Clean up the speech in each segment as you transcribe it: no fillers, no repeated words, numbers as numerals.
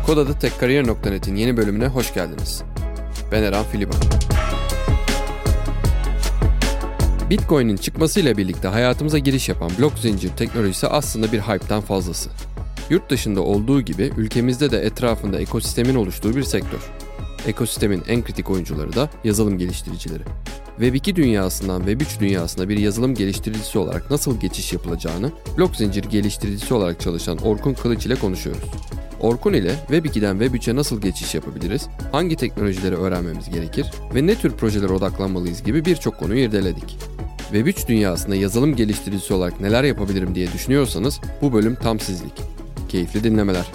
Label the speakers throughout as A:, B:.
A: Kod Tek.Kariyer.net'in yeni bölümüne hoş geldiniz. Ben Eren Filiban. Bitcoin'in çıkmasıyla birlikte hayatımıza giriş yapan blok zincir teknolojisi aslında bir hype'tan fazlası. Yurt dışında olduğu gibi ülkemizde de etrafında ekosistemin oluştuğu bir sektör. Ekosistemin en kritik oyuncuları da yazılım geliştiricileri. Web2 dünyasından Web3 dünyasına bir yazılım geliştiricisi olarak nasıl geçiş yapılacağını blok zincir geliştiricisi olarak çalışan Orkun Kılıç ile konuşuyoruz. Orkun ile Web2'den Web3'e nasıl geçiş yapabiliriz, hangi teknolojileri öğrenmemiz gerekir ve ne tür projelere odaklanmalıyız gibi birçok konuyu irdeledik. Web3 dünyasında yazılım geliştiricisi olarak neler yapabilirim diye düşünüyorsanız bu bölüm tam sizlik. Keyifli dinlemeler.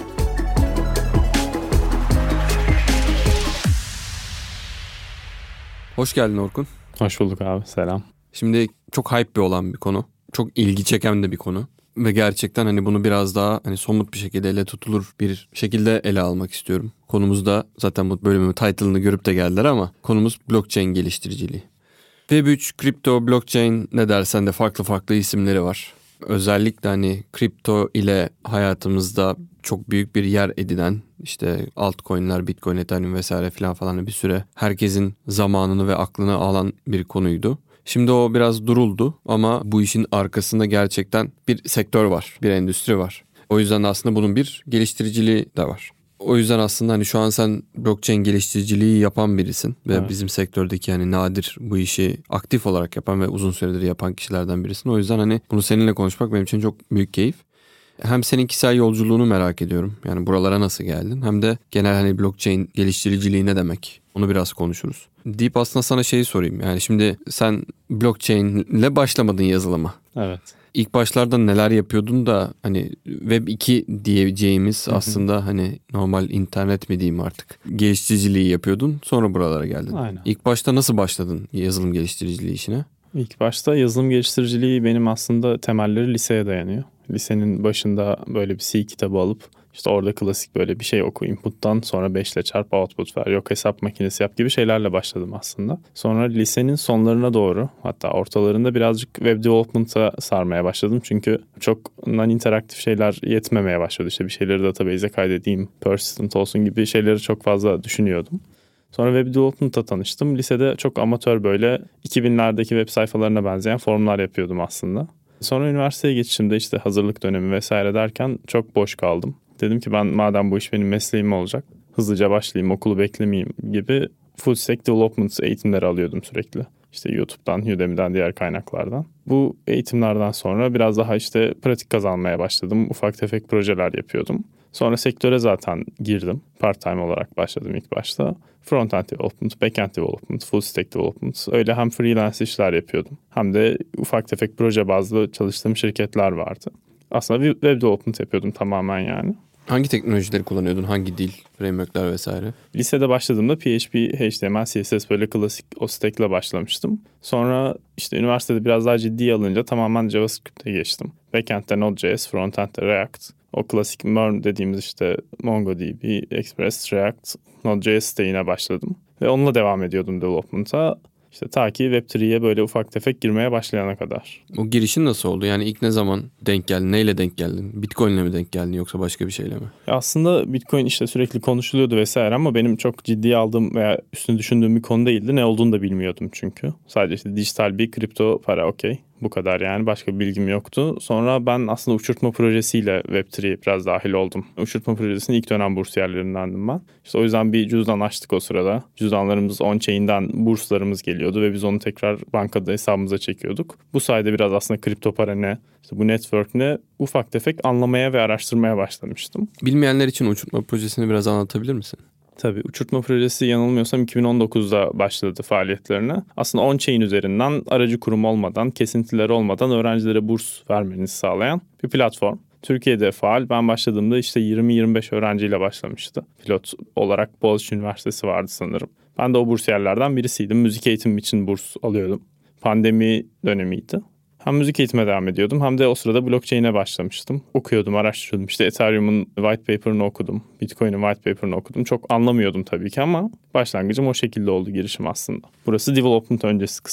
A: Hoş geldin Orkun.
B: Hoş bulduk abi, selam.
A: Şimdi çok hype bir olan bir konu. Çok ilgi çeken de bir konu. Ve gerçekten bunu biraz daha somut bir şekilde ele tutulur bir şekilde ele almak istiyorum. Konumuz da zaten bu bölümün title'ını görüp de geldiler ama konumuz blockchain geliştiriciliği. Web3, kripto, blockchain ne dersen de farklı isimleri var. Özellikle kripto ile hayatımızda çok büyük bir yer edinen altcoin'ler, Bitcoin, Ethereum vesaire falan bir süre herkesin zamanını ve aklını alan bir konuydu. Şimdi o biraz duruldu ama bu işin arkasında gerçekten bir sektör var, bir endüstri var. O yüzden aslında bunun bir geliştiriciliği de var. O yüzden aslında şu an sen blockchain geliştiriciliği yapan birisin ve evet, bizim sektördeki nadir bu işi aktif olarak yapan ve uzun süredir yapan kişilerden birisin. O yüzden bunu seninle konuşmak benim için çok büyük keyif. Hem senin kişisel yolculuğunu merak ediyorum. Yani buralara nasıl geldin? Hem de genel blockchain geliştiriciliği ne demek? Onu biraz konuşuruz. Deyip aslında sana şeyi sorayım. Yani şimdi sen blockchain ile başlamadın yazılıma.
B: Evet.
A: İlk başlarda neler yapıyordun da Web 2 diyeceğimiz aslında normal internet mi diyeyim artık, geliştiriciliği yapıyordun, sonra buralara geldin.
B: Aynen.
A: İlk başta nasıl başladın yazılım geliştiriciliği işine?
B: İlk başta yazılım geliştiriciliği benim aslında temelleri liseye dayanıyor. Lisenin başında böyle bir C kitabı alıp orada klasik böyle bir şey oku, input'tan sonra 5 ile çarp, output ver, yok hesap makinesi yap gibi şeylerle başladım aslında. Sonra lisenin sonlarına doğru, hatta ortalarında birazcık web development'a sarmaya başladım. Çünkü çok non-interaktif şeyler yetmemeye başladı. Bir şeyleri database'e kaydedeyim, persistent olsun gibi şeyleri çok fazla düşünüyordum. Sonra web development'a tanıştım. Lisede çok amatör böyle 2000'lerdeki web sayfalarına benzeyen formlar yapıyordum aslında. Sonra üniversiteye geçişimde hazırlık dönemi vesaire derken çok boş kaldım. Dedim ki ben madem bu iş benim mesleğim olacak, hızlıca başlayayım, okulu beklemeyeyim gibi full stack development eğitimleri alıyordum sürekli. YouTube'dan, Udemy'den, diğer kaynaklardan. Bu eğitimlerden sonra biraz daha pratik kazanmaya başladım. Ufak tefek projeler yapıyordum. Sonra sektöre zaten girdim. Part-time olarak başladım ilk başta. Front-end development, back-end development, full stack development. Öyle hem freelance işler yapıyordum, hem de ufak tefek proje bazlı çalıştığım şirketler vardı. Aslında web development yapıyordum tamamen yani.
A: Hangi teknolojileri kullanıyordun? Hangi dil, framework'ler vesaire?
B: Lisede başladığımda PHP, HTML, CSS böyle klasik o stack'le başlamıştım. Sonra üniversitede biraz daha ciddiye alınca tamamen JavaScript'e geçtim. Backend'de Node.js, frontend'de React. O klasik MERN dediğimiz MongoDB, Express, React, Node.js stack'ine başladım. Ve onunla devam ediyordum development'a. Ta ki Web3'ye böyle ufak tefek girmeye başlayana kadar.
A: O girişin nasıl oldu? Yani ilk ne zaman denk geldin? Neyle denk geldin? Bitcoin'le mi denk geldin yoksa başka bir şeyle mi?
B: Aslında Bitcoin sürekli konuşuluyordu vesaire ama benim çok ciddiye aldığım veya üstüne düşündüğüm bir konu değildi. Ne olduğunu da bilmiyordum çünkü. Sadece dijital bir kripto para, okey. Bu kadar yani, başka bir bilgim yoktu. Sonra ben aslında uçurtma projesiyle Web3'ye biraz dahil oldum. Uçurtma projesinin ilk dönem bursiyerlerindendim ben. O yüzden bir cüzdan açtık o sırada. Cüzdanlarımız on-chain'den burslarımız geliyordu ve biz onu tekrar bankada hesabımıza çekiyorduk. Bu sayede biraz aslında kripto para ne, bu network ne, ufak tefek anlamaya ve araştırmaya başlamıştım.
A: Bilmeyenler için uçurtma projesini biraz anlatabilir misin?
B: Tabii, uçurtma projesi yanılmıyorsam 2019'da başladı faaliyetlerine. Aslında on-chain üzerinden aracı kurum olmadan, kesintiler olmadan öğrencilere burs vermenizi sağlayan bir platform. Türkiye'de faal. Ben başladığımda 20-25 öğrenciyle başlamıştı. Pilot olarak Boğaziçi Üniversitesi vardı sanırım. Ben de o bursiyerlerden birisiydim. Müzik eğitim için burs alıyordum. Pandemi dönemiydi. Hem müzik eğitime devam ediyordum hem de o sırada blockchain'e başlamıştım. Okuyordum, araştırıyordum. Ethereum'un white paper'ını okudum. Bitcoin'in white paper'ını okudum. Çok anlamıyordum tabii ki ama başlangıcım o şekilde oldu, girişim aslında. Burası development öncesi kısım.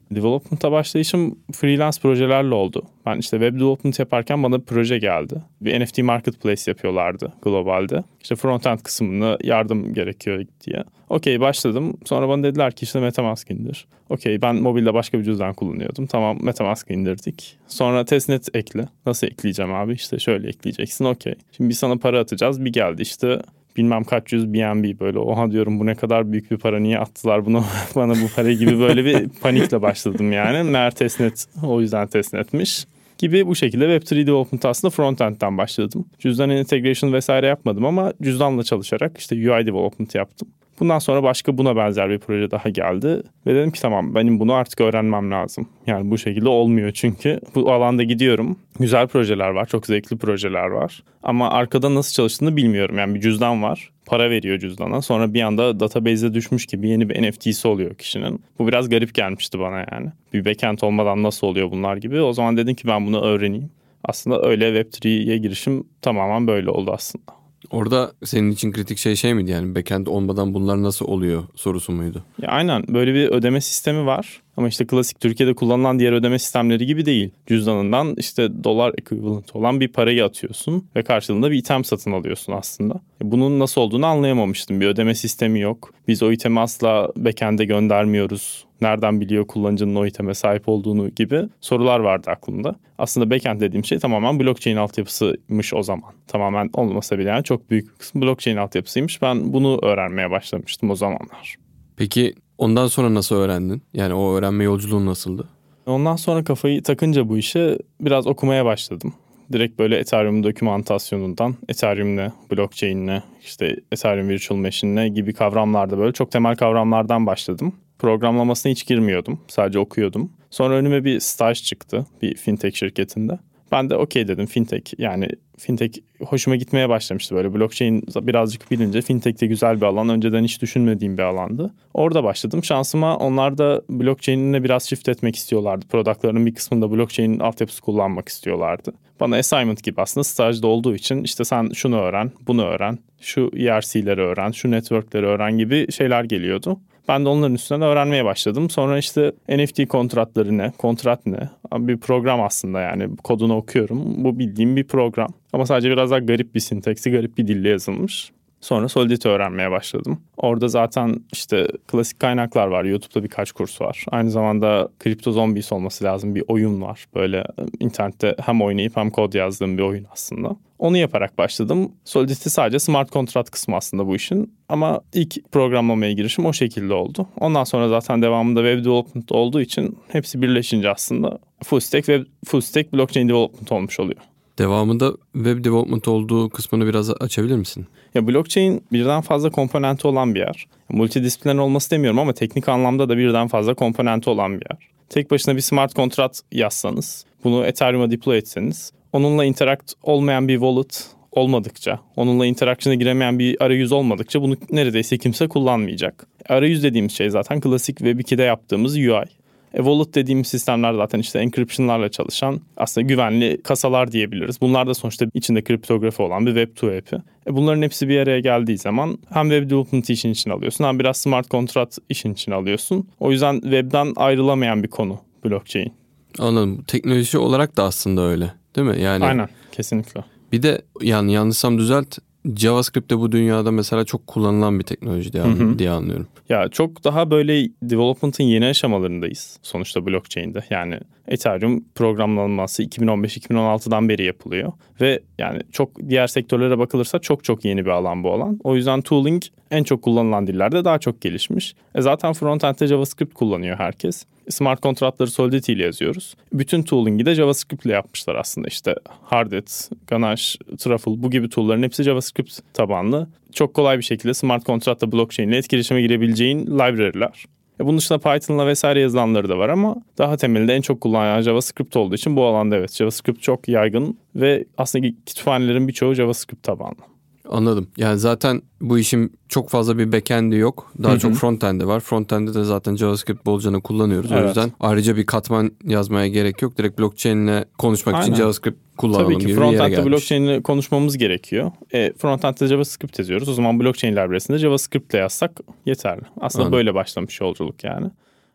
B: Development'a başlayışım freelance projelerle oldu. Ben işte web development yaparken bana bir proje geldi. Bir NFT marketplace yapıyorlardı globalde. İşte frontend kısmında yardım gerekiyor diye. Okey, başladım. Sonra bana dediler ki işte MetaMask indir. Okey, ben mobilde başka bir cüzdan kullanıyordum. Tamam, MetaMask indirdik. Sonra testnet ekle. Nasıl ekleyeceğim abi? İşte şöyle ekleyeceksin. Okey. Şimdi biz sana para atacağız. Bir geldi işte bilmem kaç yüz BNB, böyle oha diyorum, bu ne kadar büyük bir para, niye attılar bunu bana bu para gibi böyle bir panikle başladım yani. Meğer testnet o yüzden testnetmiş gibi. Bu şekilde Web3 Development aslında frontend'den başladım. Cüzdan integration vesaire yapmadım ama cüzdanla çalışarak işte UI Development yaptım. Bundan sonra başka buna benzer bir proje daha geldi. Ve dedim ki tamam, benim bunu artık öğrenmem lazım. Yani bu şekilde olmuyor çünkü. Bu alanda gidiyorum. Güzel projeler var, çok zevkli projeler var. Ama arkada nasıl çalıştığını bilmiyorum. Yani bir cüzdan var. Para veriyor cüzdana. Sonra bir anda database'e düşmüş gibi yeni bir NFT'si oluyor kişinin. Bu biraz garip gelmişti bana yani. Bir backend olmadan nasıl oluyor bunlar gibi. O zaman dedim ki ben bunu öğreneyim. Aslında öyle Web3'ye girişim tamamen böyle oldu aslında.
A: Orada senin için kritik şey miydi yani, backend olmadan bunlar nasıl oluyor sorusu muydu?
B: Ya aynen, böyle bir ödeme sistemi var ama işte klasik Türkiye'de kullanılan diğer ödeme sistemleri gibi değil. Cüzdanından işte dolar equivalent olan bir parayı atıyorsun ve karşılığında bir item satın alıyorsun aslında. Bunun nasıl olduğunu anlayamamıştım. Bir ödeme sistemi yok. Biz o itemi asla backend'e göndermiyoruz. Nereden biliyor kullanıcının o iteme sahip olduğunu gibi sorular vardı aklımda. Aslında backend dediğim şey tamamen blockchain altyapısıymış o zaman. Tamamen olmasa bile yani çok büyük bir kısmı blockchain altyapısıymış. Ben bunu öğrenmeye başlamıştım o zamanlar.
A: Peki ondan sonra nasıl öğrendin? Yani o öğrenme yolculuğun nasıldı?
B: Ondan sonra kafayı takınca bu işe biraz okumaya başladım. Direkt böyle Ethereum dokümantasyonundan, Ethereum ne, blockchain ne, işte Ethereum Virtual Machine ne gibi kavramlarda böyle çok temel kavramlardan başladım. Programlamasına hiç girmiyordum, sadece okuyordum. Sonra önüme bir staj çıktı bir fintech şirketinde. Ben de okey dedim, fintech, yani fintech hoşuma gitmeye başlamıştı böyle. Blockchain birazcık bilince fintech de güzel bir alan. Önceden hiç düşünmediğim bir alandı. Orada başladım. Şansıma onlar da blockchain'ine biraz shift etmek istiyorlardı. Product'larının bir kısmında blockchain altyapısı kullanmak istiyorlardı. Bana assignment gibi aslında stajda olduğu için işte sen şunu öğren, bunu öğren, şu ERC'leri öğren, şu network'leri öğren gibi şeyler geliyordu. Ben de onların üstünden öğrenmeye başladım. Sonra işte NFT kontratları ne, kontrat ne? Bir program aslında, yani kodunu okuyorum. Bu bildiğim bir program. Ama sadece biraz daha garip bir sintaksi, garip bir dille yazılmış. Sonra Solidity öğrenmeye başladım. Orada zaten işte klasik kaynaklar var. YouTube'da birkaç kurs var. Aynı zamanda Crypto Zombies olması lazım, bir oyun var. Böyle internette hem oynayıp hem kod yazdığım bir oyun aslında. Onu yaparak başladım. Solidity sadece smart contract kısmı aslında bu işin. Ama ilk programlamaya girişim o şekilde oldu. Ondan sonra zaten devamında web development olduğu için hepsi birleşince aslında full stack blockchain development olmuş oluyor.
A: Devamında web development olduğu kısmını biraz açabilir misin?
B: Ya blockchain birden fazla komponenti olan bir yer. Multidisipliner olması demiyorum ama teknik anlamda da birden fazla komponenti olan bir yer. Tek başına bir smart contract yazsanız, bunu Ethereum'a deploy etseniz, onunla interact olmayan bir wallet olmadıkça, onunla interaction'a giremeyen bir arayüz olmadıkça bunu neredeyse kimse kullanmayacak. Arayüz dediğimiz şey zaten klasik Web2'de yaptığımız UI. Wallet dediğimiz sistemler zaten işte encryption'larla çalışan aslında güvenli kasalar diyebiliriz. Bunlar da sonuçta içinde kriptografi olan bir Web2 app'i. Bunların hepsi bir araya geldiği zaman hem web development işin içine alıyorsun hem biraz smart contract işin içine alıyorsun. O yüzden webden ayrılamayan bir konu blockchain.
A: Anladım. Teknoloji olarak da aslında öyle, değil mi? Yani
B: aynen, kesinlikle.
A: bir de yani yanlışsam düzelt, JavaScript de bu dünyada mesela çok kullanılan bir teknoloji diye anlıyorum.
B: Ya çok daha böyle development'ın yeni aşamalarındayız sonuçta blockchain'de. Yani Ethereum programlanması 2015-2016'dan beri yapılıyor. Ve yani çok diğer sektörlere bakılırsa çok yeni bir alan bu alan. O yüzden tooling en çok kullanılan dillerde daha çok gelişmiş. Zaten frontend'de JavaScript kullanıyor herkes. Smart kontratları Solidity ile yazıyoruz. Bütün tooling'i de JavaScript ile yapmışlar aslında. İşte Hardhat, Ganache, Truffle bu gibi tool'ların hepsi JavaScript tabanlı. Çok kolay bir şekilde smart kontratla blockchain ile etkileşime girebileceğin library'ler. Bunun dışında Python'la vesaire yazılanları da var ama daha temelinde en çok kullanılan JavaScript olduğu için bu alanda evet JavaScript çok yaygın ve aslında kütüphanelerin birçoğu JavaScript tabanlı.
A: Anladım. Yani zaten bu işin çok fazla bir backend'i yok. Daha çok frontend'i var. Frontend'de de zaten JavaScript bolcana kullanıyoruz. Evet. O yüzden ayrıca bir katman yazmaya gerek yok. Direkt blockchain'le konuşmak için JavaScript kullanalım gibi bir yere gelmiş. Tabii ki
B: frontend'de blockchain'le konuşmamız gerekiyor. Frontend'de JavaScript yazıyoruz. O zaman blockchain library'sinde JavaScript'le yazsak yeterli. Aslında böyle başlamış yolculuk yani.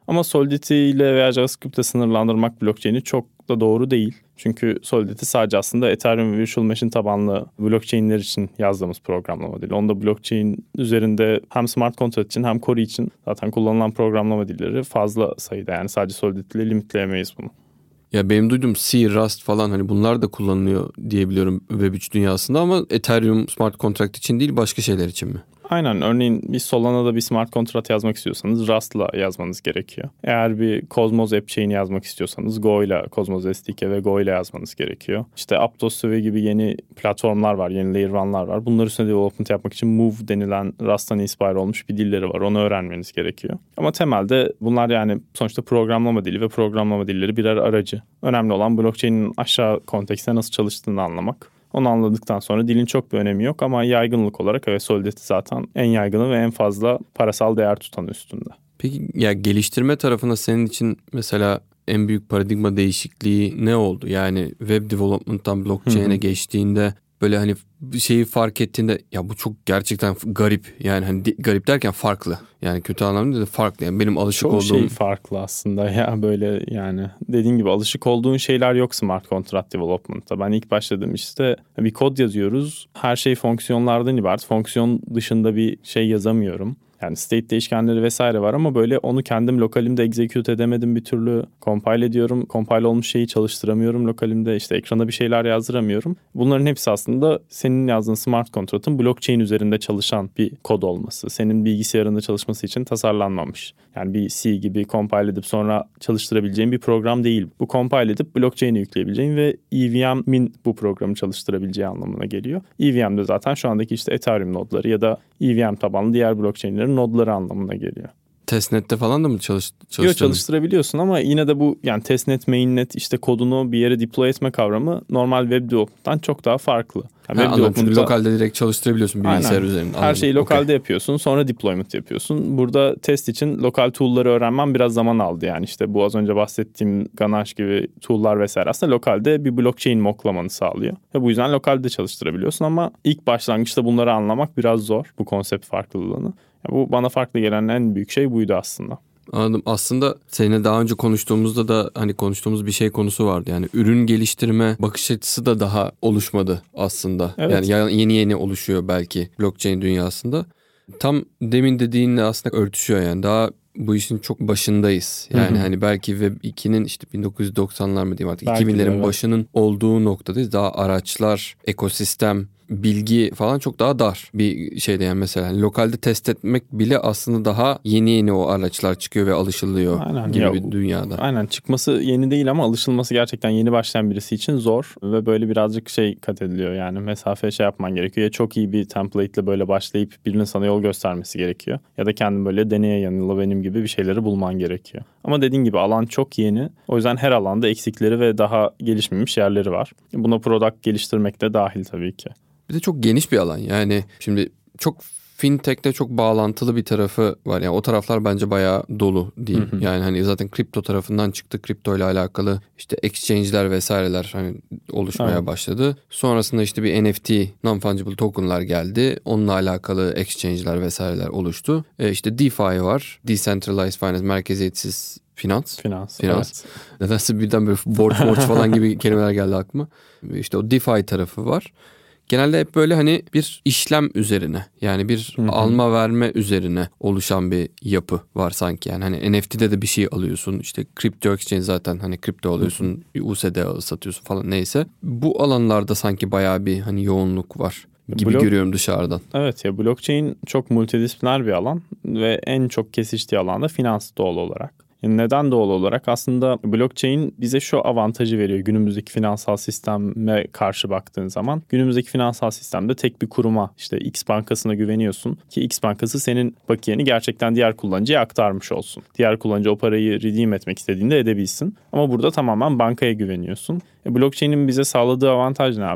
B: Ama Solidity ile veya JavaScript ile sınırlandırmak blockchain'i çok da doğru değil. Çünkü Solidity sadece aslında Ethereum Virtual Machine tabanlı blockchain'ler için yazdığımız programlama dili. Onda blockchain üzerinde hem smart contract için hem Core için zaten kullanılan programlama dilleri fazla sayıda. Yani sadece Solidity ile limitleyemeyiz bunu.
A: Ya benim duyduğum C, Rust falan hani bunlar da kullanılıyor diyebiliyorum Web3 dünyasında ama Ethereum Smart Contract için değil başka şeyler için mi?
B: Aynen. Örneğin bir Solana'da bir smart kontrat yazmak istiyorsanız Rust'la yazmanız gerekiyor. Eğer bir Cosmos AppChain yazmak istiyorsanız Go ile Cosmos SDK ve Go ile yazmanız gerekiyor. İşte Aptos gibi yeni platformlar var, yeni layer 1'lar var. Bunlar üstüne development yapmak için Move denilen Rust'tan inspire olmuş bir dilleri var. Onu öğrenmeniz gerekiyor. Ama temelde bunlar yani sonuçta programlama dili ve programlama dilleri birer aracı. Önemli olan blockchain'in aşağı kontekste nasıl çalıştığını anlamak. Onu anladıktan sonra dilin çok bir önemi yok ama yaygınlık olarak evet Solidity zaten en yaygını ve en fazla parasal değer tutan üstünde.
A: Peki ya geliştirme tarafında senin için mesela en büyük paradigma değişikliği ne oldu? Yani web development'tan blockchain'e geçtiğinde böyle hani bir şeyi fark ettiğinde ya bu çok gerçekten garip. Yani hani garip derken farklı. Yani kötü anlamda da farklı. Yani benim alışık
B: çok
A: olduğum...
B: şey farklı aslında ya böyle yani dediğin gibi alışık olduğun şeyler yok smart contract development'ta. Ben ilk başladığım işte bir kod yazıyoruz. Her şey fonksiyonlardan ibaret. Fonksiyon dışında bir şey yazamıyorum. Yani state değişkenleri vesaire var ama böyle onu kendim lokalimde execute edemedim bir türlü. Compile ediyorum. Compile olmuş şeyi çalıştıramıyorum lokalimde. İşte ekrana bir şeyler yazdıramıyorum. Bunların hepsi aslında senin yazdığın smart contract'ın blockchain üzerinde çalışan bir kod olması. Senin bilgisayarında çalışması için tasarlanmamış. Yani bir C gibi compile edip sonra çalıştırabileceğin bir program değil. Bu compile edip blockchain'e yükleyebileceğin ve EVM'in bu programı çalıştırabileceği anlamına geliyor. EVM de zaten şu andaki işte Ethereum nodları ya da EVM tabanlı diğer blockchain'lerin nodları anlamına geliyor.
A: Testnet'te falan da mı çalıştırdın?
B: Yok çalıştırabiliyorsun ama yine de bu yani testnet, mainnet işte kodunu bir yere deploy etme kavramı normal web development'tan çok daha farklı. Yani
A: anladım. Çünkü lokalde direkt çalıştırabiliyorsun bilgisayar üzerinde.
B: Her şeyi lokalde yapıyorsun sonra deployment yapıyorsun. Burada test için lokal tool'ları öğrenmem biraz zaman aldı yani işte bu az önce bahsettiğim Ganache gibi tool'lar vesaire aslında lokalde bir blockchain mocklamanı sağlıyor. Ve bu yüzden lokalde çalıştırabiliyorsun ama ilk başlangıçta bunları anlamak biraz zor bu konsept farklılığını. Ya bu bana farklı gelen en büyük şey buydu aslında.
A: Anladım. Aslında seninle daha önce konuştuğumuzda da hani konuştuğumuz bir şey konusu vardı. Yani ürün geliştirme bakış açısı da daha oluşmadı aslında.
B: Evet.
A: Yani yeni oluşuyor belki blockchain dünyasında. Tam demin dediğinle aslında örtüşüyor yani. Daha bu işin çok başındayız. Yani hani belki Web 2'nin işte 1990'lar mı diyeyim artık
B: belki
A: 2000'lerin başının olduğu noktadayız. Daha araçlar, ekosistem, bilgi falan çok daha dar bir şeyde yani mesela hani lokalde test etmek bile aslında daha yeni o araçlar çıkıyor ve alışılıyor gibi bir dünyada.
B: Aynen çıkması yeni değil ama alışılması gerçekten yeni başlayan birisi için zor ve böyle birazcık şey kat ediliyor yani mesafe şey yapman gerekiyor. Ya çok iyi bir template ile böyle başlayıp birinin sana yol göstermesi gerekiyor ya da kendin böyle deneye yanıla benim gibi bir şeyleri bulman gerekiyor. Ama dediğin gibi alan çok yeni. O yüzden her alanda eksikleri ve daha gelişmemiş yerleri var. Buna product geliştirmek de dahil tabii ki.
A: Bir de çok geniş bir alan. Yani şimdi çok fintech'te çok bağlantılı bir tarafı var. Yani o taraflar bence bayağı dolu diyeyim. Yani hani zaten kripto tarafından çıktı. Kripto ile alakalı işte exchange'ler vesaireler hani oluşmaya başladı. Sonrasında işte bir NFT, non-fungible token'lar geldi. Onunla alakalı exchange'ler vesaireler oluştu. İşte DeFi var. Decentralized Finance, merkeziyetsiz finans. Evet. Nedense birden böyle borç falan gibi kelimeler geldi aklıma. İşte o DeFi tarafı var. Genelde hep böyle hani bir işlem üzerine yani bir alma verme üzerine oluşan bir yapı var sanki. Yani hani NFT'de de bir şey alıyorsun işte crypto exchange zaten hani kripto alıyorsun USD satıyorsun falan neyse. Bu alanlarda sanki bayağı bir hani yoğunluk var gibi görüyorum dışarıdan.
B: Evet ya blockchain çok multidisipliner bir alan ve en çok kesiştiği alan da finans doğal olarak. Yani neden doğal olarak? Aslında blockchain bize şu avantajı veriyor günümüzdeki finansal sisteme karşı baktığın zaman. Günümüzdeki finansal sistemde tek bir kuruma işte X bankasına güveniyorsun ki X bankası senin bakiyeni gerçekten diğer kullanıcıya aktarmış olsun. Diğer kullanıcı o parayı redeem etmek istediğinde edebilsin. Ama burada tamamen bankaya güveniyorsun. Blockchain'in bize sağladığı avantaj ne abi?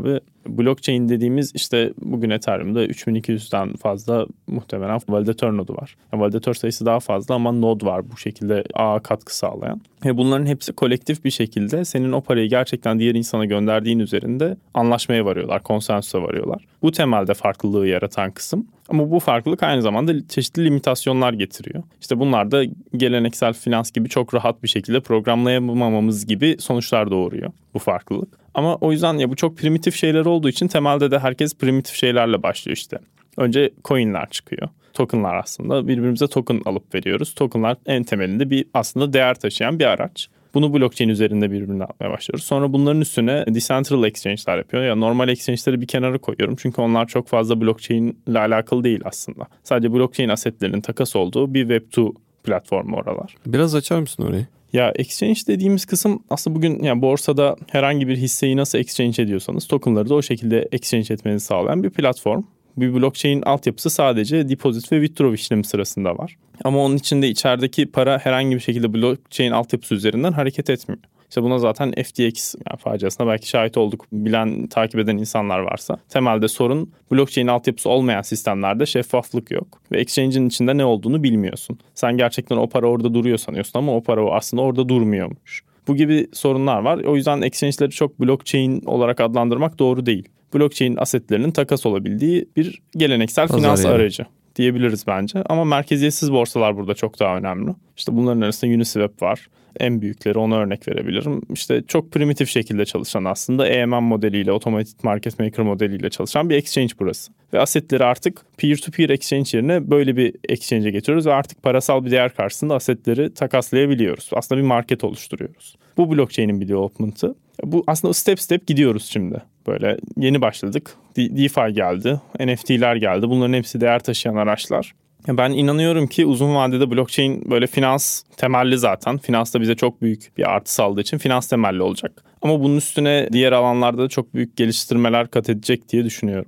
B: Blockchain dediğimiz işte bugün Ethereum'da 3200'den fazla muhtemelen validatör nodu var. Yani validatör sayısı daha fazla ama node var bu şekilde ağa katkı sağlayan. Ve bunların hepsi kolektif bir şekilde senin o parayı gerçekten diğer insana gönderdiğin üzerinde anlaşmaya varıyorlar, konsensüse varıyorlar. Bu temelde farklılığı yaratan kısım. Ama bu farklılık aynı zamanda çeşitli limitasyonlar getiriyor. İşte bunlar da geleneksel finans gibi çok rahat bir şekilde programlayamamamız gibi sonuçlar doğuruyor bu farklılık. Ama o yüzden ya bu çok primitif şeyler olduğu için temelde de herkes primitif şeylerle başlıyor işte. Önce coinler çıkıyor. Tokenlar aslında birbirimize token alıp veriyoruz. Tokenlar en temelinde bir aslında değer taşıyan bir araç. Bunu blockchain üzerinde birbirine atmaya başlıyoruz. Sonra bunların üstüne decentral exchange'ler yapıyor. Ya normal exchange'leri bir kenara koyuyorum. Çünkü onlar çok fazla blockchain ile alakalı değil aslında. Sadece blockchain asetlerinin takas olduğu bir Web2 platformu oralar.
A: Biraz açar mısın orayı?
B: Ya exchange dediğimiz kısım aslında bugün yani borsada herhangi bir hisseyi nasıl exchange ediyorsanız tokenları da o şekilde exchange etmenizi sağlayan bir platform. Bir blockchain altyapısı sadece deposit ve withdraw işlemi sırasında var. Ama onun içinde içerideki para herhangi bir şekilde blockchain altyapısı üzerinden hareket etmiyor. İşte buna zaten FTX faciasına belki şahit olduk. Bilen, takip eden insanlar varsa. Temelde sorun blockchain altyapısı olmayan sistemlerde şeffaflık yok. Ve exchange'in içinde ne olduğunu bilmiyorsun. Sen gerçekten o para orada duruyor sanıyorsun ama o para aslında orada durmuyormuş. Bu gibi sorunlar var. O yüzden exchange'leri çok blockchain olarak adlandırmak doğru değil. Blockchain asetlerinin takas olabildiği bir geleneksel finans aracı diyebiliriz bence. Ama merkeziyetsiz borsalar burada çok daha önemli. İşte bunların arasında Uniswap var. En büyükleri, ona örnek verebilirim. İşte çok primitif şekilde çalışan aslında AMM modeliyle, Automated Market Maker modeliyle çalışan bir exchange burası. Ve asetleri artık peer-to-peer exchange yerine böyle bir exchange'e getiriyoruz ve artık parasal bir değer karşısında asetleri takaslayabiliyoruz. Aslında bir market oluşturuyoruz. Bu blockchain'in bir development'ı. Bu aslında step step gidiyoruz şimdi. Böyle yeni başladık. DeFi geldi, NFT'ler geldi. Bunların hepsi değer taşıyan araçlar. Ben inanıyorum ki uzun vadede blockchain böyle finans temelli zaten. Finans da bize çok büyük bir artı sağladığı için finans temelli olacak. Ama bunun üstüne diğer alanlarda da çok büyük geliştirmeler kat edecek diye düşünüyorum.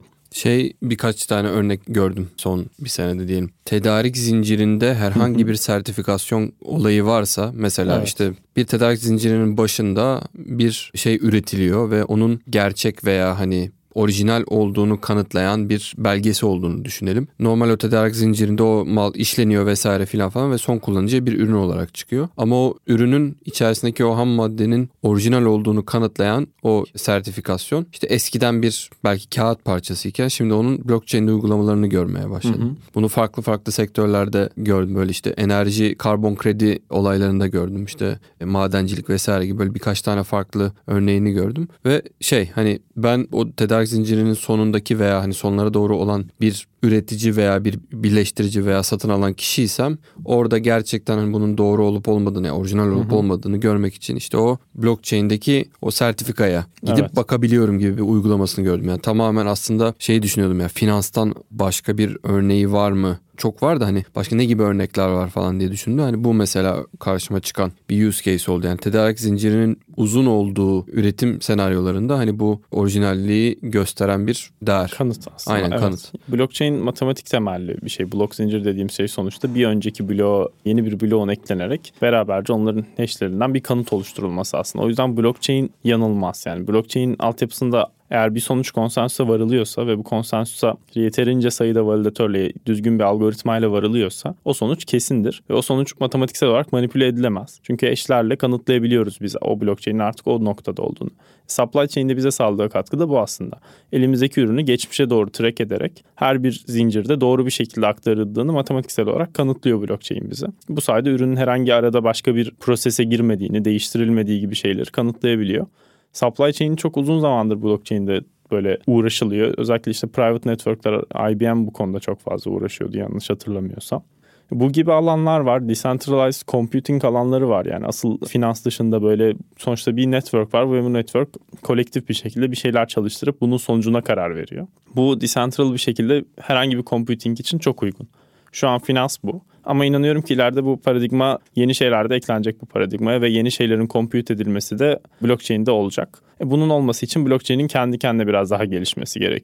A: Birkaç tane örnek gördüm son bir senede diyelim. Tedarik zincirinde herhangi bir sertifikasyon olayı varsa mesela işte bir tedarik zincirinin başında bir şey üretiliyor ve onun gerçek veya hani orijinal olduğunu kanıtlayan bir belgesi olduğunu düşünelim. Normal o tedarik zincirinde o mal işleniyor vesaire filan falan ve son kullanıcıya bir ürün olarak çıkıyor. Ama o ürünün içerisindeki o ham maddenin orijinal olduğunu kanıtlayan o sertifikasyon işte eskiden bir belki kağıt parçasıyken şimdi onun blockchain uygulamalarını görmeye başladım. Bunu farklı sektörlerde gördüm. Böyle işte enerji, karbon kredi olaylarında gördüm. İşte madencilik vesaire gibi böyle birkaç tane farklı örneğini gördüm. Ve hani ben o tedarik zincirinin sonundaki veya hani sonlara doğru olan bir üretici veya bir birleştirici veya satın alan kişiysem orada gerçekten hani bunun doğru olup olmadığını, orijinal olup olmadığını görmek için işte o blockchain'deki o sertifikaya gidip bakabiliyorum gibi bir uygulamasını gördüm. Yani tamamen aslında düşünüyordum ya, finanstan başka bir örneği var mı? Çok var da hani başka ne gibi örnekler var falan diye düşündüm. Hani bu mesela karşıma çıkan bir use case oldu. Yani tedarik zincirinin uzun olduğu üretim senaryolarında hani bu orijinalliği gösteren bir değer.
B: Kanıt aslında.
A: Aynen, kanıt.
B: Blockchain matematik temelli bir şey. Blok zincir dediğim şey sonuçta bir önceki bloğa yeni bir bloğun eklenerek beraberce onların hashlerinden bir kanıt oluşturulması aslında. O yüzden blockchain yanılmaz. Yani blockchain altyapısında eğer bir sonuç konsensüse varılıyorsa ve bu konsensüse yeterince sayıda validatörle düzgün bir algoritmayla varılıyorsa o sonuç kesindir. Ve o sonuç matematiksel olarak manipüle edilemez. Çünkü eşlerle kanıtlayabiliyoruz biz o blockchain'in artık o noktada olduğunu. Supply chain'de bize sağladığı katkı da bu aslında. Elimizdeki ürünü geçmişe doğru track ederek her bir zincirde doğru bir şekilde aktarıldığını matematiksel olarak kanıtlıyor blockchain bize. Bu sayede ürünün herhangi arada başka bir prosese girmediğini, değiştirilmediği gibi şeyleri kanıtlayabiliyor. Supply chain çok uzun zamandır blockchain'de böyle uğraşılıyor. Özellikle işte private network'lar, IBM bu konuda çok fazla uğraşıyordu yanlış hatırlamıyorsam. Bu gibi alanlar var. Decentralized computing alanları var. Yani asıl finans dışında böyle sonuçta bir network var ve bu network kolektif bir şekilde bir şeyler çalıştırıp bunun sonucuna karar veriyor. Bu decentral bir şekilde herhangi bir computing için çok uygun. Şu an finans bu. Ama inanıyorum ki ileride bu paradigma, yeni şeyler de eklenecek bu paradigmaya ve yeni şeylerin compute edilmesi de blockchain'de olacak. Bunun olması için blockchain'in kendi kendine biraz daha gelişmesi gerekiyor.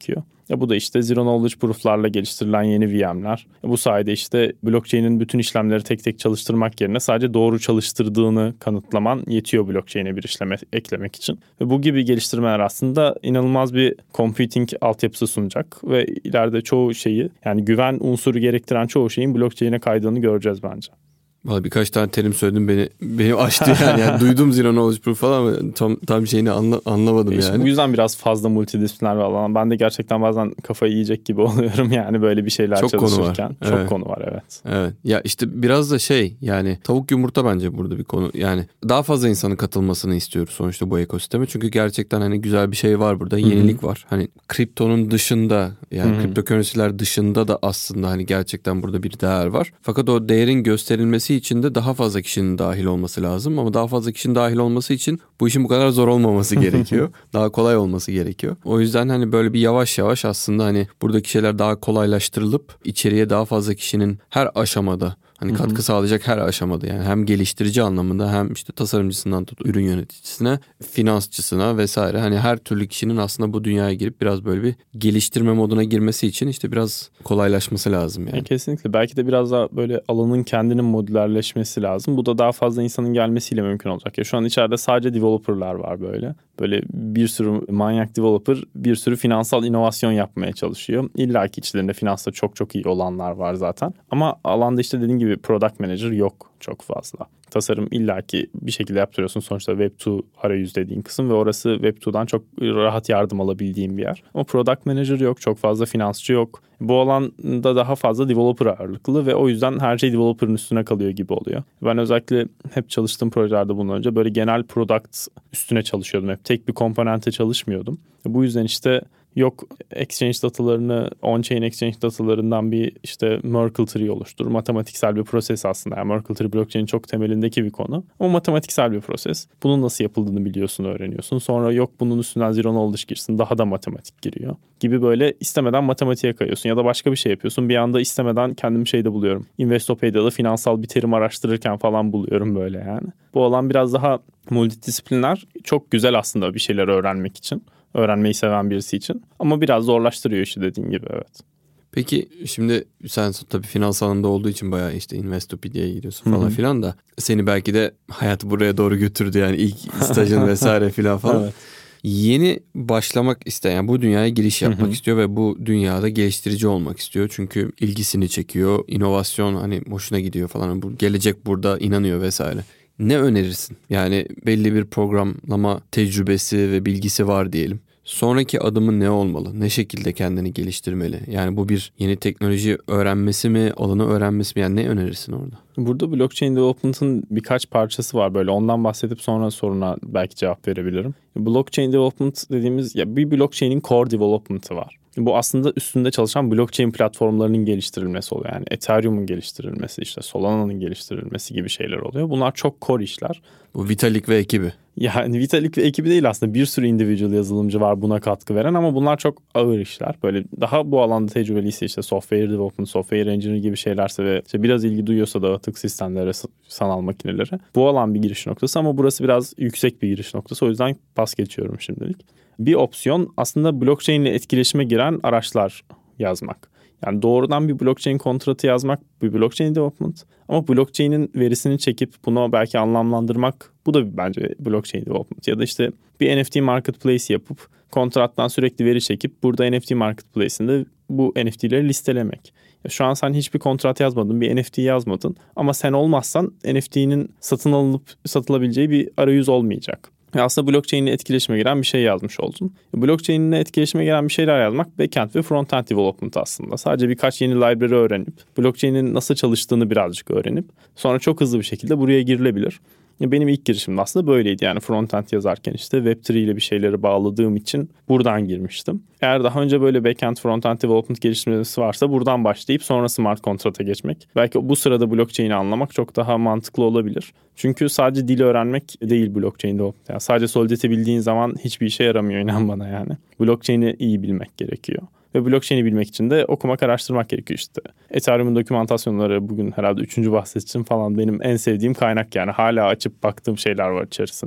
B: Bu da işte Zero Knowledge Proof'larla geliştirilen yeni VM'ler. Bu sayede işte blockchain'in bütün işlemleri tek tek çalıştırmak yerine sadece doğru çalıştırdığını kanıtlaman yetiyor blockchain'e bir işlem eklemek için. Ve bu gibi geliştirmeler aslında inanılmaz bir computing altyapısı sunacak ve ileride çoğu şeyi, yani güven unsuru gerektiren çoğu şeyin blockchain'e kaydığını göreceğiz bence.
A: Vallahi birkaç tane terim söyledim, beni açtı yani. Duydum Zero Knowledge Proof falan ama tam şeyini anlamadım yani.
B: Bu yüzden biraz fazla multidisipliner bir alan. Ben de gerçekten bazen kafayı yiyecek gibi oluyorum yani böyle bir şeyler
A: çok
B: çalışırken.
A: Konu var.
B: Çok
A: evet.
B: Konu var evet.
A: Evet. Ya işte biraz da yani tavuk yumurta bence burada bir konu. Yani daha fazla insanın katılmasını istiyoruz sonuçta bu ekosisteme. Çünkü gerçekten hani güzel bir şey var burada. Yenilik var. Hani kriptonun dışında, yani kriptokörnsiler dışında da aslında hani gerçekten burada bir değer var. Fakat o değerin gösterilmesi için de daha fazla kişinin dahil olması lazım. Ama daha fazla kişinin dahil olması için bu işin bu kadar zor olmaması gerekiyor. Daha kolay olması gerekiyor. O yüzden hani böyle bir yavaş yavaş aslında hani buradaki şeyler daha kolaylaştırılıp içeriye daha fazla kişinin her aşamada hani katkı sağlayacak her aşamada, yani hem geliştirici anlamında hem işte tasarımcısından tut ürün yöneticisine, finansçısına vesaire, hani her türlü kişinin aslında bu dünyaya girip biraz böyle bir geliştirme moduna girmesi için işte biraz kolaylaşması lazım yani.
B: Kesinlikle. Belki de biraz daha böyle alanın kendinin modülerleşmesi lazım. Bu da daha fazla insanın gelmesiyle mümkün olacak. Ya şu an içeride sadece developerlar var böyle. Böyle bir sürü manyak developer bir sürü finansal inovasyon yapmaya çalışıyor. İlla ki içlerinde finansta çok iyi olanlar var zaten. Ama alanda işte dediğim gibi product manager yok çok fazla. Tasarım illaki bir şekilde yaptırıyorsun. Sonuçta Web2 arayüz dediğin kısım ve orası Web2'dan çok rahat yardım alabildiğin bir yer. Ama product manager yok, çok fazla finansçı yok. Bu alanda daha fazla developer ağırlıklı ve o yüzden her şey developer'ın üstüne kalıyor gibi oluyor. Ben özellikle hep çalıştığım projelerde bundan önce böyle genel product üstüne çalışıyordum. Hep tek bir komponente çalışmıyordum. Bu yüzden işte yok exchange datalarını on-chain exchange datalarından bir işte Merkle tree oluştur. Matematiksel bir proses aslında. Yani Merkle tree blockchain'in çok temelindeki bir konu. Ama matematiksel bir proses. Bunun nasıl yapıldığını biliyorsun, öğreniyorsun. Sonra yok bunun üstünden zero knowledge girsin. Daha da matematik giriyor. Gibi böyle istemeden matematiğe kayıyorsun. Ya da başka bir şey yapıyorsun. Bir anda istemeden kendimi şeyde buluyorum. Investopedia'da finansal bir terim araştırırken falan buluyorum böyle yani. Bu alan biraz daha multidisipliner. Çok güzel aslında bir şeyler öğrenmek için. Öğrenmeyi seven birisi için. Ama biraz zorlaştırıyor işi dediğin gibi evet.
A: Peki şimdi sen tabii finans alanında olduğu için bayağı işte Investopedia'ya gidiyorsun falan filan da seni belki de hayat buraya doğru götürdü yani ilk stajın vesaire filan falan. Evet. Yeni başlamak isteyen, bu dünyaya giriş yapmak istiyor ve bu dünyada geliştirici olmak istiyor. Çünkü ilgisini çekiyor, inovasyon hani hoşuna gidiyor falan. Bu gelecek burada, inanıyor vesaire. Ne önerirsin? Yani belli bir programlama tecrübesi ve bilgisi var diyelim. Sonraki adımı ne olmalı? Ne şekilde kendini geliştirmeli? Yani bu bir yeni teknoloji öğrenmesi mi, alanı öğrenmesi mi? Yani ne önerirsin orada?
B: Burada blockchain development'ın birkaç parçası var böyle. Ondan bahsedip sonra soruna belki cevap verebilirim. Blockchain development dediğimiz ya bir blockchain'in core development'ı var. Bu aslında üstünde çalışan blockchain platformlarının geliştirilmesi oluyor. Yani Ethereum'un geliştirilmesi, işte Solana'nın geliştirilmesi gibi şeyler oluyor. Bunlar çok core işler.
A: Bu Vitalik ve ekibi.
B: Yani Vitalik ve ekibi değil aslında, bir sürü individual yazılımcı var buna katkı veren ama bunlar çok ağır işler. Böyle daha bu alanda tecrübeliyse işte software development, software engineer gibi şeylerse ve işte biraz ilgi duyuyorsa da atık sistemlere, sanal makinelere. Bu alan bir giriş noktası ama burası biraz yüksek bir giriş noktası. O yüzden pas geçiyorum şimdilik. Bir opsiyon aslında blockchain ile etkileşime giren araçlar yazmak. Yani doğrudan bir blockchain kontratı yazmak bir blockchain development. Ama blockchain'in verisini çekip bunu belki anlamlandırmak, bu da bence blockchain development. Ya da işte bir NFT marketplace yapıp kontrattan sürekli veri çekip burada NFT marketplace'inde bu NFT'leri listelemek. Ya şu an sen hiçbir kontrat yazmadın, bir NFT yazmadın ama sen olmazsan NFT'nin satın alınıp satılabileceği bir arayüz olmayacak. Aslında blockchain ile etkileşime giren bir şey yazmış oldun. Blockchain ile etkileşime giren bir şeyler yazmak backend ve frontend development aslında. Sadece birkaç yeni library öğrenip, blockchain'in nasıl çalıştığını birazcık öğrenip sonra çok hızlı bir şekilde buraya girilebilir. Benim ilk girişim aslında böyleydi. Yani frontend yazarken işte Web3 ile bir şeyleri bağladığım için buradan girmiştim. Eğer daha önce böyle backend frontend development geliştirmesi varsa buradan başlayıp sonra smart contract'a geçmek. Belki bu sırada blockchain'i anlamak çok daha mantıklı olabilir. Çünkü sadece dil öğrenmek değil blockchain development. Yani sadece Solidity bildiğin zaman hiçbir işe yaramıyor, inan bana yani. Blockchain'i iyi bilmek gerekiyor. Ve blockchain'i bilmek için de okumak, araştırmak gerekiyor işte. Ethereum'un dokümantasyonları bugün herhalde 3. bahsedişim falan benim en sevdiğim kaynak yani. Hala açıp baktığım şeyler var içerisinde.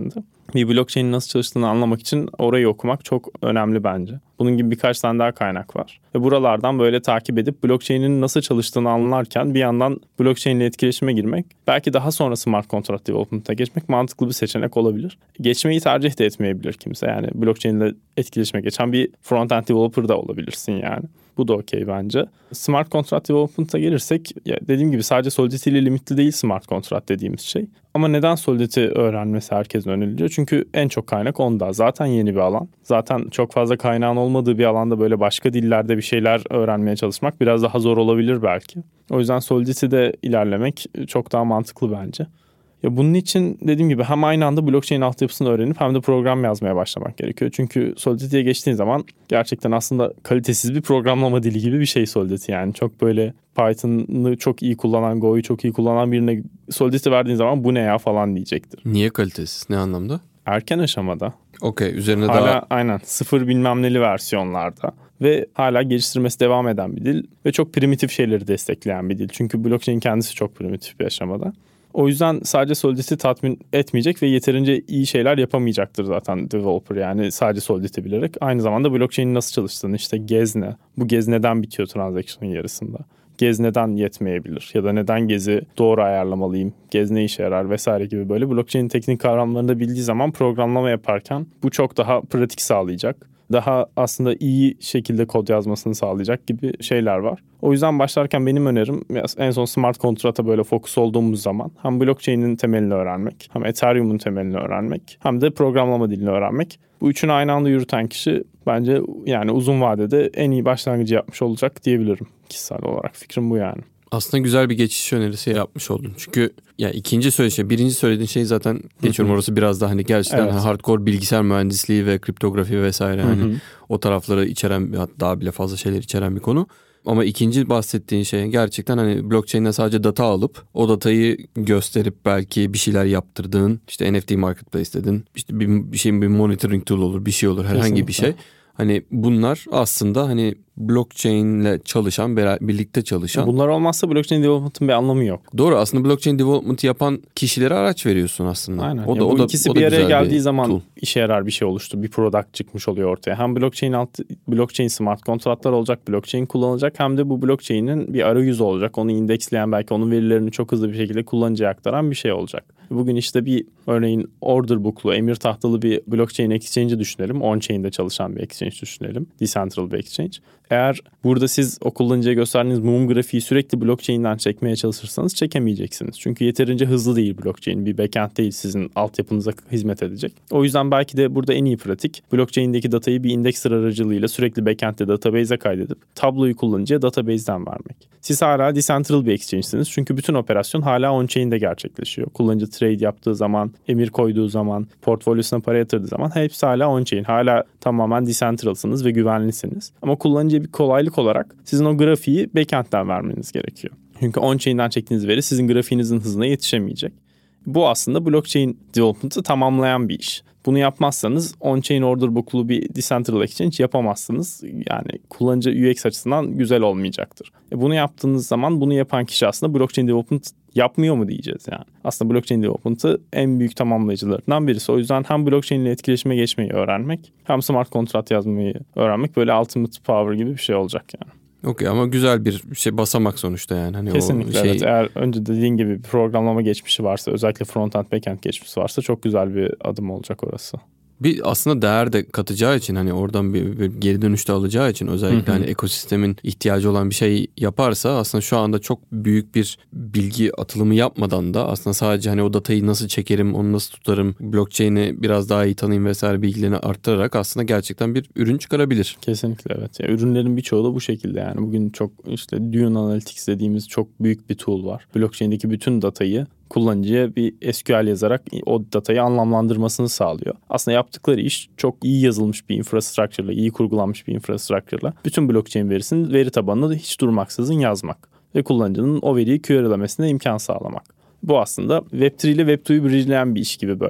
B: Bir blockchain'in nasıl çalıştığını anlamak için orayı okumak çok önemli bence. Bunun gibi birkaç tane daha kaynak var. Ve buralardan böyle takip edip blockchain'in nasıl çalıştığını anlarken bir yandan blockchain ile etkileşime girmek, belki daha sonra smart contract development'a geçmek mantıklı bir seçenek olabilir. Geçmeyi tercih de etmeyebilir kimse. Yani blockchain ile etkileşime geçen bir front-end developer da olabilirsin yani. Bu da okey bence. Smart Contract Development'a gelirsek, ya dediğim gibi sadece Solidity ile limitli değil Smart Contract dediğimiz şey. Ama neden Solidity öğrenmesi herkesin öneriliyor? Çünkü en çok kaynak onda. Zaten yeni bir alan. Zaten çok fazla kaynağın olmadığı bir alanda böyle başka dillerde bir şeyler öğrenmeye çalışmak biraz daha zor olabilir belki. O yüzden Solidity'de ilerlemek çok daha mantıklı bence. Ya bunun için dediğim gibi hem aynı anda blockchain altyapısını öğrenip hem de program yazmaya başlamak gerekiyor. Çünkü Solidity'ye geçtiğin zaman gerçekten aslında kalitesiz bir programlama dili gibi bir şey Solidity yani. Çok böyle Python'ı çok iyi kullanan, Go'yu çok iyi kullanan birine Solidity verdiğin zaman bu ne ya falan diyecektir.
A: Niye kalitesiz? Ne anlamda?
B: Erken aşamada.
A: Okey, üzerine
B: hala,
A: daha...
B: Aynen, sıfır bilmem neli versiyonlarda. Ve hala geliştirmesi devam eden bir dil. Ve çok primitif şeyleri destekleyen bir dil. Çünkü blockchain kendisi çok primitif bir aşamada. O yüzden sadece Solidity tatmin etmeyecek ve yeterince iyi şeyler yapamayacaktır zaten developer, yani sadece Solidity bilerek. Aynı zamanda blockchain'in nasıl çalıştığını, işte Gez ne? Bu Gez neden bitiyor transaction'ın yarısında? Gez neden yetmeyebilir? Ya da neden Gez'i doğru ayarlamalıyım? Gez ne işe yarar vesaire gibi böyle blockchain'in teknik kavramlarını da bildiği zaman programlama yaparken bu çok daha pratik sağlayacak. Daha aslında iyi şekilde kod yazmasını sağlayacak gibi şeyler var. O yüzden başlarken benim önerim en son smart contract'a böyle fokus olduğumuz zaman hem blockchain'in temelini öğrenmek, hem Ethereum'un temelini öğrenmek, hem de programlama dilini öğrenmek. Bu üçünü aynı anda yürüten kişi bence yani uzun vadede en iyi başlangıcı yapmış olacak diyebilirim kişisel olarak. Fikrim bu yani.
A: Aslında güzel bir geçiş önerisi yapmış oldun. Çünkü ya birinci söylediğin şey zaten geçiyorum, orası biraz daha hani gerçekten hardcore bilgisayar mühendisliği ve kriptografi vesaire hani o tarafları içeren, daha bile fazla şeyler içeren bir konu. Ama ikinci bahsettiğin şey gerçekten hani blockchain'de sadece data alıp o datayı gösterip belki bir şeyler yaptırdığın, işte NFT marketplace dedin, işte bir şeyin bir monitoring tool olur, bir şey olur, herhangi
B: Kesinlikle.
A: bir şey. Hani bunlar aslında hani blockchain'le çalışan, birlikte çalışan.
B: Bunlar olmazsa blockchain development'ın bir anlamı yok.
A: Doğru, aslında blockchain development yapan kişilere araç veriyorsun aslında.
B: Aynen. Bu ikisi bir araya geldiği zaman
A: tool.
B: işe yarar bir şey oluştu. Bir product çıkmış oluyor ortaya. Hem blockchain smart kontratlar olacak, blockchain kullanılacak, hem de bu blockchain'in bir arayüzü olacak. Onu indeksleyen, belki onun verilerini çok hızlı bir şekilde kullanıcıya aktaran bir şey olacak. Bugün işte bir örneğin order book'lu, emir tahtalı bir blockchain exchange'i düşünelim. On-chain'de çalışan bir exchange düşünelim. Decentral bir exchange. Eğer burada siz o kullanıcıya gösterdiğiniz mum grafiği sürekli blockchain'den çekmeye çalışırsanız çekemeyeceksiniz. Çünkü yeterince hızlı değil blockchain. Bir backend değil sizin altyapınıza hizmet edecek. O yüzden belki de burada en iyi pratik blockchain'deki datayı bir indekser aracılığıyla sürekli backend'de database'e kaydedip tabloyu kullanıcıya database'den vermek. Siz hala decentral bir exchange'siniz. Çünkü bütün operasyon hala on-chain'de gerçekleşiyor. Kullanıcı trade yaptığı zaman, emir koyduğu zaman, portfolyosuna para yatırdığı zaman hepsi hala on-chain. Hala tamamen decentralsınız ve güvenlisiniz. Ama kullanıcıya bir kolaylık olarak sizin o grafiği backend'den vermeniz gerekiyor. Çünkü on-chain'den çektiğiniz veri sizin grafiğinizin hızına yetişemeyecek. Bu aslında blockchain development'ı tamamlayan bir iş. Bunu yapmazsanız on-chain order book'lu bir decentral exchange yapamazsınız. Yani kullanıcı UX açısından güzel olmayacaktır. Bunu yaptığınız zaman bunu yapan kişi aslında blockchain development yapmıyor mu diyeceğiz yani. Aslında blockchain development'ı en büyük tamamlayıcılarından birisi. O yüzden hem blockchain ile etkileşime geçmeyi öğrenmek, hem smart contract yazmayı öğrenmek böyle ultimate power gibi bir şey olacak yani.
A: Okey, ama güzel bir şey, basamak sonuçta yani. Hani
B: kesinlikle evet. Eğer önce dediğin gibi bir programlama geçmişi varsa, özellikle front-end back-end geçmişi varsa çok güzel bir adım olacak orası.
A: Bir aslında değer de katacağı için, hani oradan bir geri dönüş de alacağı için, özellikle hani ekosistemin ihtiyacı olan bir şey yaparsa aslında şu anda çok büyük bir bilgi atılımı yapmadan da aslında sadece hani o datayı nasıl çekerim, onu nasıl tutarım, blockchain'i biraz daha iyi tanıyayım vesaire bilgilerini arttırarak aslında gerçekten bir ürün çıkarabilir.
B: Kesinlikle evet. Yani ürünlerin birçoğu da bu şekilde yani. Bugün çok işte Dune Analytics dediğimiz çok büyük bir tool var. Blockchain'deki bütün datayı kullanıcıya bir SQL yazarak o datayı anlamlandırmasını sağlıyor. Aslında yaptıkları iş çok iyi yazılmış bir infrastructure'la, iyi kurgulanmış bir infrastructure'la bütün blockchain verisini veri tabanına da hiç durmaksızın yazmak ve kullanıcının o veriyi query'lemesine imkan sağlamak. Bu aslında Web3 ile Web2'yu bridgeleyen bir iş gibi böyle.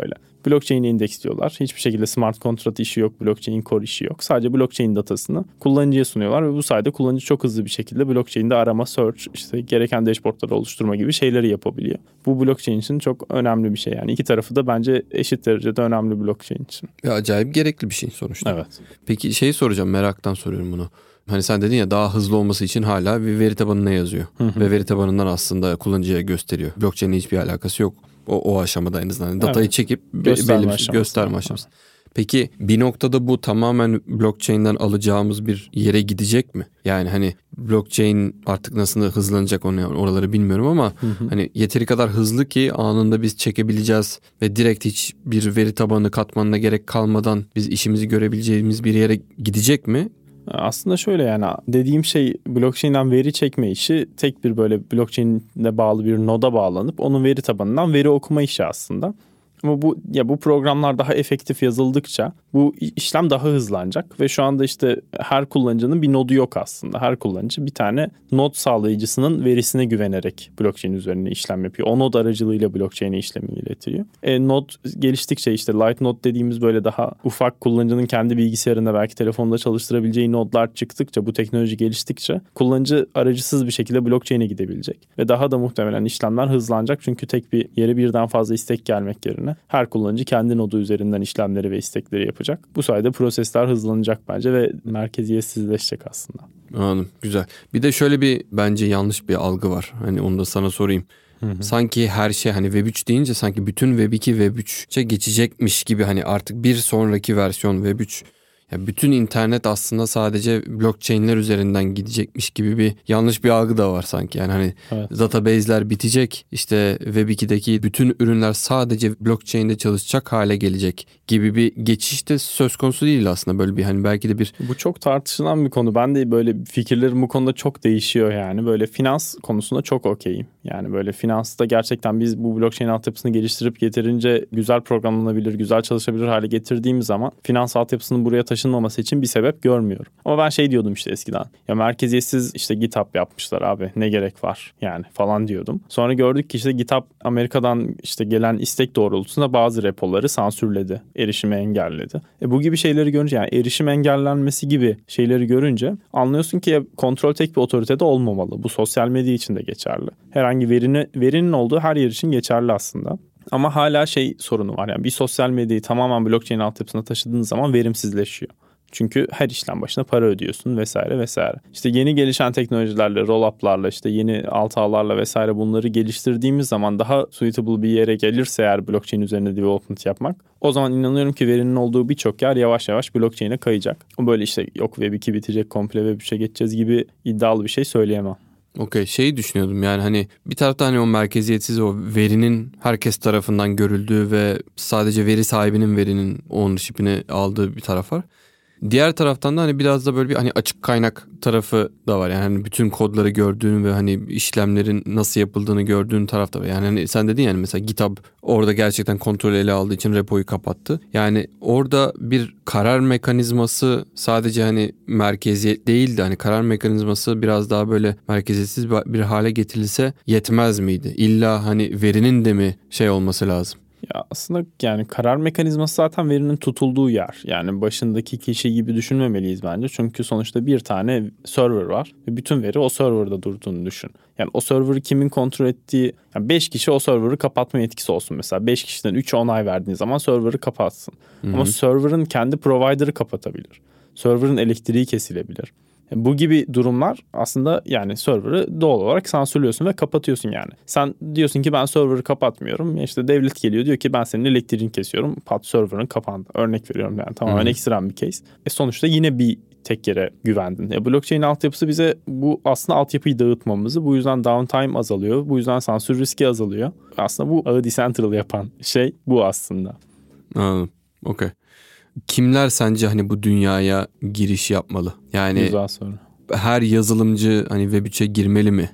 B: Blockchain'i indeksliyorlar. Hiçbir şekilde smart contract işi yok, blockchain core işi yok. Sadece blockchain datasını kullanıcıya sunuyorlar ve bu sayede kullanıcı çok hızlı bir şekilde blockchain'de arama, search, işte gereken dashboardları oluşturma gibi şeyleri yapabiliyor. Bu blockchain için çok önemli bir şey yani. İki tarafı da bence eşit derecede önemli blockchain için.
A: Ve acayip gerekli bir şey sonuçta.
B: Evet.
A: Peki şey soracağım, meraktan soruyorum bunu. Hani sen dedin ya, daha hızlı olması için hala bir veri tabanına yazıyor. Ve veri tabanından aslında kullanıcıya gösteriyor. Blockchain'le hiçbir alakası yok. O aşamada en azından. Datayı çekip gösterme aşaması. Peki bir noktada bu tamamen blockchain'den alacağımız bir yere gidecek mi? Yani hani blockchain artık nasıl hızlanacak oraları bilmiyorum ama hani yeteri kadar hızlı ki anında biz çekebileceğiz ve direkt hiç bir veri tabanı katmanına gerek kalmadan biz işimizi görebileceğimiz bir yere gidecek mi?
B: Aslında şöyle yani dediğim şey blockchain'den veri çekme işi tek bir böyle blockchain'e bağlı bir noda bağlanıp onun veri tabanından veri okuma işi aslında. Ama bu programlar daha efektif yazıldıkça bu işlem daha hızlanacak ve şu anda işte her kullanıcının bir nodu yok aslında. Her kullanıcı bir tane nod sağlayıcısının verisine güvenerek blockchain üzerine işlem yapıyor. O nod aracılığıyla blockchain'e işlemi iletiyor. Nod geliştikçe işte light node dediğimiz böyle daha ufak kullanıcının kendi bilgisayarında belki telefonda çalıştırabileceği nodlar çıktıkça, bu teknoloji geliştikçe kullanıcı aracısız bir şekilde blockchain'e gidebilecek. Ve daha da muhtemelen işlemler hızlanacak çünkü tek bir yere birden fazla istek gelmek yerine her kullanıcı kendi nodu üzerinden işlemleri ve istekleri yapacak. Bu sayede prosesler hızlanacak bence ve merkeziyetsizleşecek aslında.
A: Anladım, güzel. Bir de şöyle bir bence yanlış bir algı var. Hani onu da sana sorayım. Sanki her şey hani Web 3 deyince sanki bütün Web 2 Web 3'e geçecekmiş gibi, hani artık bir sonraki versiyon Web 3. Ya bütün internet aslında sadece blockchain'ler üzerinden gidecekmiş gibi bir yanlış bir algı da var sanki. Yani hani database'ler bitecek, işte Web 2'deki bütün ürünler sadece blockchain'de çalışacak hale gelecek gibi bir geçiş de söz konusu değil aslında. Böyle bir hani belki de bir...
B: Bu çok tartışılan bir konu. Ben de böyle fikirlerim bu konuda çok değişiyor yani. Böyle finans konusunda çok okeyim. Yani böyle finansta gerçekten biz bu blockchain altyapısını geliştirip yeterince güzel programlanabilir, güzel çalışabilir hale getirdiğimiz zaman finans altyapısının buraya taşınmaması için bir sebep görmüyorum. Ama ben şey diyordum işte eskiden. Ya merkeziyetsiz işte GitHub yapmışlar abi. Ne gerek var yani falan diyordum. Sonra gördük ki işte GitHub Amerika'dan işte gelen istek doğrultusunda bazı repoları sansürledi. Erişimi engelledi. Bu gibi şeyleri görünce, yani erişim engellenmesi gibi şeyleri görünce anlıyorsun ki kontrol tek bir otoritede olmamalı. Bu sosyal medya için de geçerli. Herhangi verinin olduğu her yer için geçerli aslında. Ama hala sorunu var. Yani bir sosyal medyayı tamamen blockchain altyapısına taşıdığın zaman verimsizleşiyor. Çünkü her işlem başına para ödüyorsun vesaire vesaire. İşte yeni gelişen teknolojilerle, roll-up'larla, işte yeni alt ağlarla vesaire bunları geliştirdiğimiz zaman daha suitable bir yere gelirse eğer blockchain üzerine development yapmak, o zaman inanıyorum ki verinin olduğu birçok yer yavaş yavaş blockchain'e kayacak. O böyle işte yok Web 2 bitecek, komple Web 3'e geçeceğiz gibi iddialı bir şey söyleyemem.
A: Okey, şeyi düşünüyordum yani hani bir tarafta hani o merkeziyetsiz, o verinin herkes tarafından görüldüğü ve sadece veri sahibinin verinin ownership'ini aldığı bir taraf var. Diğer taraftan da hani biraz da böyle bir hani açık kaynak tarafı da var. Yani hani bütün kodları gördüğün ve hani işlemlerin nasıl yapıldığını gördüğün taraf da var. Yani hani sen dedin yani mesela GitHub orada gerçekten kontrolü ele aldığı için repoyu kapattı. Yani orada bir karar mekanizması sadece hani merkeziyet değil de hani karar mekanizması biraz daha böyle merkeziyetsiz bir hale getirilse yetmez miydi? İlla hani verinin de mi olması lazım?
B: Ya aslında yani karar mekanizması zaten verinin tutulduğu yer. Yani başındaki kişi gibi düşünmemeliyiz bence. Çünkü sonuçta bir tane server var ve bütün veri o serverda durduğunu düşün. Yani o server'ı kimin kontrol ettiği, yani 5 kişi o server'ı kapatma yetkisi olsun mesela. 5 kişiden 3'ü onay verdiğin zaman server'ı kapatsın. Hı-hı. Ama server'ın kendi provider'ı kapatabilir. Server'ın elektriği kesilebilir. Bu gibi durumlar aslında yani server'ı doğal olarak sansürlüyorsun ve kapatıyorsun yani. Sen diyorsun ki ben server'ı kapatmıyorum. İşte devlet geliyor diyor ki ben senin elektriğini kesiyorum. Pat server'ın kapandı. Örnek veriyorum yani tamamen ekstrem bir case. Sonuçta yine bir tek yere güvendin. Blockchain altyapısı bize bu aslında altyapıyı dağıtmamızı, bu yüzden downtime azalıyor. Bu yüzden sansür riski azalıyor. Aslında bu ağı decentral yapan şey bu aslında.
A: Anladım. Okey. Kimler sence hani bu dünyaya giriş yapmalı? Yani
B: güzel soru.
A: Her yazılımcı hani Web 3'e girmeli mi?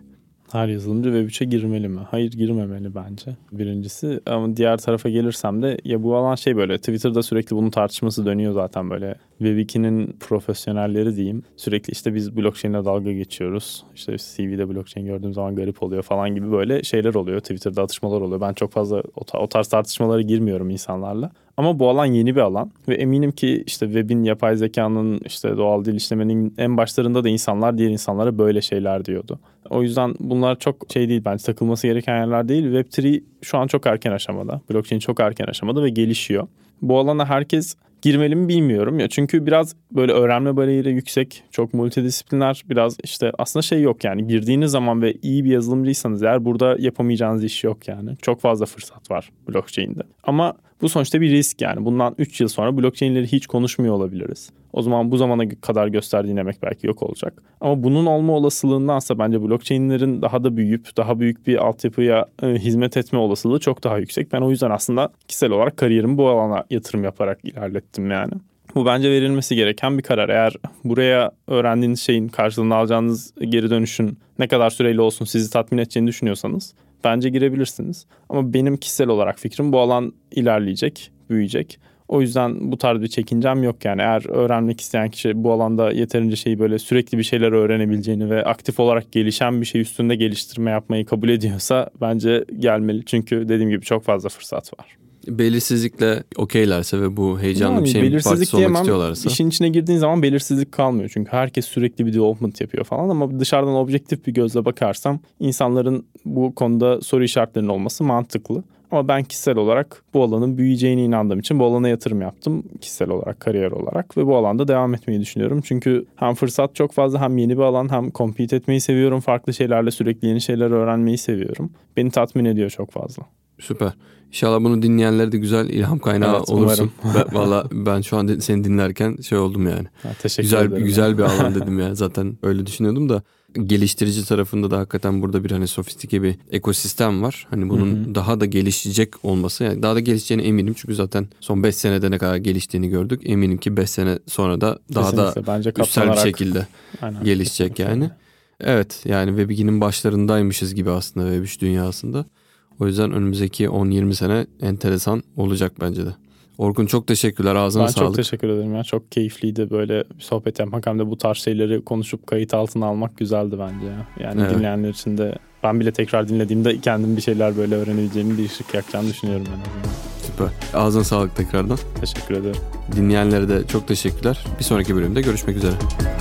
B: Her yazılımcı Web3'e girmeli mi? Hayır, girmemeli bence. Birincisi. Ama diğer tarafa gelirsem de ya bu alan şey böyle Twitter'da sürekli bunun tartışması dönüyor zaten böyle. Web2'nin profesyonelleri diyeyim. Sürekli işte biz blockchain'le dalga geçiyoruz. İşte CV'de blockchain gördüğüm zaman garip oluyor falan gibi böyle şeyler oluyor. Twitter'da atışmalar oluyor. Ben çok fazla o tarz tartışmalara girmiyorum insanlarla. Ama bu alan yeni bir alan ve eminim ki işte web'in, yapay zekanın, işte doğal dil işlemenin en başlarında da insanlar diğer insanlara böyle şeyler diyordu. O yüzden bunlar çok şey değil, bence takılması gereken yerler değil. Web3 şu an çok erken aşamada. Blockchain çok erken aşamada ve gelişiyor. Bu alana herkes girmeli mi bilmiyorum ya, çünkü biraz böyle öğrenme bariyeri yüksek, çok multidisipliner, biraz işte aslında şey yok yani, girdiğiniz zaman ve iyi bir yazılımcıysanız eğer burada yapamayacağınız iş yok yani. Çok fazla fırsat var blockchain'de. Ama bu sonuçta bir risk yani. Bundan 3 yıl sonra blockchain'leri hiç konuşmuyor olabiliriz. O zaman bu zamana kadar gösterdiğin emek belki yok olacak. Ama bunun olma olasılığındansa bence blockchain'lerin daha da büyüyüp daha büyük bir altyapıya hizmet etme olasılığı çok daha yüksek. Ben o yüzden aslında kişisel olarak kariyerimi bu alana yatırım yaparak ilerlettim yani. Bu bence verilmesi gereken bir karar. Eğer buraya öğrendiğiniz şeyin karşılığını alacağınız geri dönüşün ne kadar süreyle olsun sizi tatmin edeceğini düşünüyorsanız bence girebilirsiniz. Ama benim kişisel olarak fikrim, bu alan ilerleyecek, büyüyecek. O yüzden bu tarz bir çekincem yok yani. Eğer öğrenmek isteyen kişi bu alanda yeterince şeyi böyle sürekli bir şeyler öğrenebileceğini ve aktif olarak gelişen bir şey üstünde geliştirme yapmayı kabul ediyorsa bence gelmeli. Çünkü dediğim gibi çok fazla fırsat var.
A: Belirsizlikle okeylerse ve bu heyecanlı bir şeyin parçası olmak istiyorlarsa.
B: İşin içine girdiğin zaman belirsizlik kalmıyor. Çünkü herkes sürekli bir development yapıyor falan, ama dışarıdan objektif bir gözle bakarsam insanların bu konuda soru işaretlerinin olması mantıklı. Ama ben kişisel olarak bu alanın büyüyeceğine inandığım için bu alana yatırım yaptım kişisel olarak, kariyer olarak, ve bu alanda devam etmeyi düşünüyorum. Çünkü hem fırsat çok fazla, hem yeni bir alan, hem compete etmeyi seviyorum. Farklı şeylerle sürekli yeni şeyler öğrenmeyi seviyorum. Beni tatmin ediyor çok fazla.
A: Süper. İnşallah bunu dinleyenlere de güzel ilham kaynağı olursun. Valla ben şu an seni dinlerken şey oldum yani.
B: Teşekkür ederim.
A: Güzel bir alan dedim ya. Zaten öyle düşünüyordum da. Geliştirici tarafında da hakikaten burada bir hani sofistike bir ekosistem var. Hani bunun daha da gelişecek olması, yani daha da gelişeceğine eminim. Çünkü zaten son 5 senede ne kadar geliştiğini gördük. Eminim ki 5 sene sonra da daha
B: kesinlikle,
A: da üstel bir şekilde gelişecek yani. Evet, yani Web2'nin başlarındaymışız gibi aslında Web3 dünyasında. O yüzden önümüzdeki 10-20 sene enteresan olacak bence de. Orkun çok teşekkürler. Ağzına sağlık.
B: Ben çok teşekkür ederim ya. Çok keyifliydi böyle bir sohbet yapmak. Hem de bu tarz şeyleri konuşup kayıt altına almak güzeldi bence ya. Yani evet. Dinleyenler için de, ben bile tekrar dinlediğimde kendim bir şeyler böyle öğrenebileceğimi, bir ışık yakacağını düşünüyorum en azından.
A: Süper. Ağzına sağlık tekrardan.
B: Teşekkür ederim.
A: Dinleyenlere de çok teşekkürler. Bir sonraki bölümde görüşmek üzere.